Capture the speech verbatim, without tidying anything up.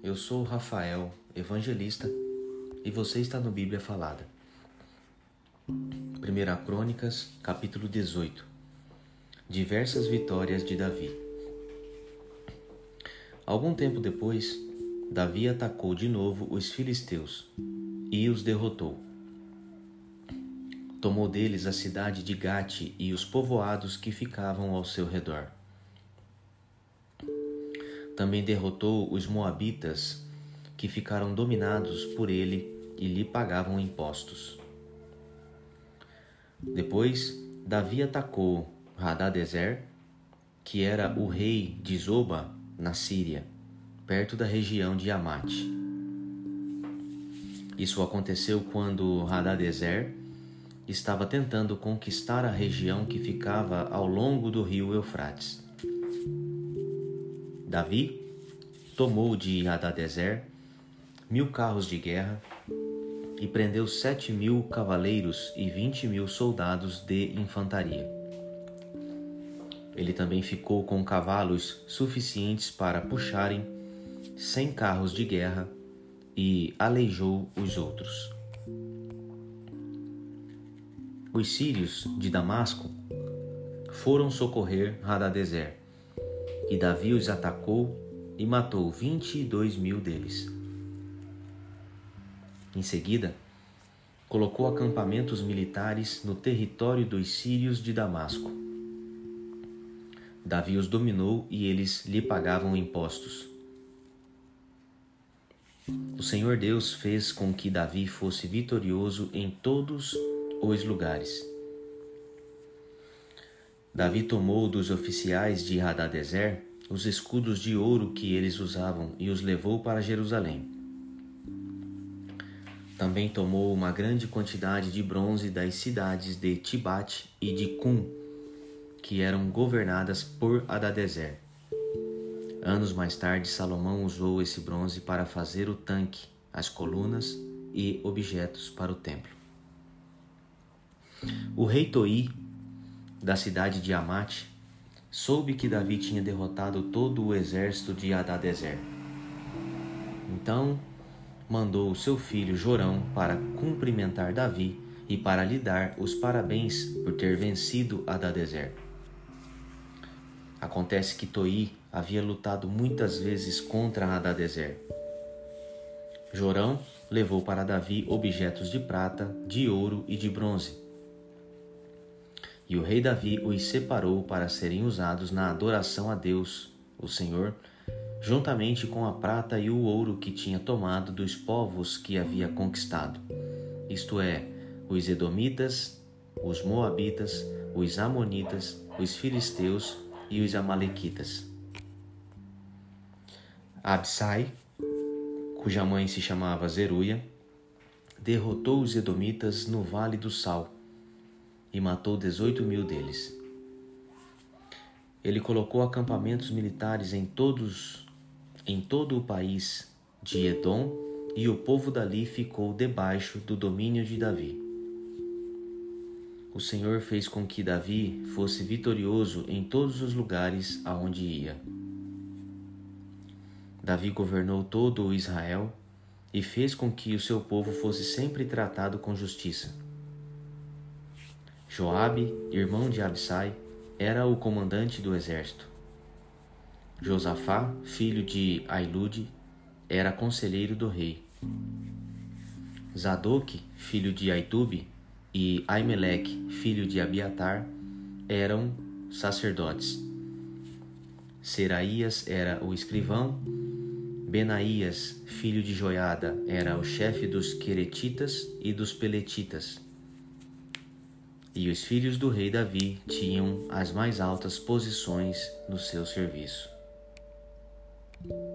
eu sou o Rafael, evangelista, e você está no Bíblia Falada. Primeira Crônicas, capítulo dezoito. Diversas vitórias de Davi. Algum tempo depois, Davi atacou de novo os filisteus e os derrotou. Tomou deles a cidade de Gate e os povoados que ficavam ao seu redor. Também derrotou os moabitas, que ficaram dominados por ele e lhe pagavam impostos. Depois, Davi atacou Hadadezer, que era o rei de Zoba, na Síria, perto da região de Amate. Isso aconteceu quando Hadadezer estava tentando conquistar a região que ficava ao longo do rio Eufrates. Davi tomou de Hadadezer mil carros de guerra e prendeu sete mil cavaleiros e vinte mil soldados de infantaria. Ele também ficou com cavalos suficientes para puxarem cem carros de guerra e aleijou os outros. Os sírios de Damasco foram socorrer Hadadezer, e Davi os atacou e matou vinte e dois mil deles. Em seguida, colocou acampamentos militares no território dos sírios de Damasco. Davi os dominou e eles lhe pagavam impostos. O Senhor Deus fez com que Davi fosse vitorioso em todos os lugares. Davi tomou dos oficiais de Hadadezer os escudos de ouro que eles usavam e os levou para Jerusalém. Também tomou uma grande quantidade de bronze das cidades de Tibate e de Cum, que eram governadas por Hadadezer. Anos mais tarde, Salomão usou esse bronze para fazer o tanque, as colunas e objetos para o templo. O rei Toi, da cidade de Amate, soube que Davi tinha derrotado todo o exército de Hadadezer. Então, mandou seu filho Jorão para cumprimentar Davi e para lhe dar os parabéns por ter vencido Hadadezer. Acontece que Toi havia lutado muitas vezes contra Hadadezer. Jorão levou para Davi objetos de prata, de ouro e de bronze. E o rei Davi os separou para serem usados na adoração a Deus, o Senhor, juntamente com a prata e o ouro que tinha tomado dos povos que havia conquistado, isto é, os edomitas, os moabitas, os amonitas, os filisteus e os amalequitas. Absai, cuja mãe se chamava Zeruia, derrotou os edomitas no Vale do Sal e matou dezoito mil deles. Ele colocou acampamentos militares em todos, em todo o país de Edom, e o povo dali ficou debaixo do domínio de Davi. O Senhor fez com que Davi fosse vitorioso em todos os lugares aonde ia. Davi governou todo o Israel e fez com que o seu povo fosse sempre tratado com justiça. Joabe, irmão de Absai, era o comandante do exército. Josafá, filho de Ailude, era conselheiro do rei. Zadoque, filho de Aitube, e Aimeleque, filho de Abiatar, eram sacerdotes. Seraías era o escrivão. Benaías, filho de Joiada, era o chefe dos queretitas e dos peletitas. E os filhos do rei Davi tinham as mais altas posições no seu serviço.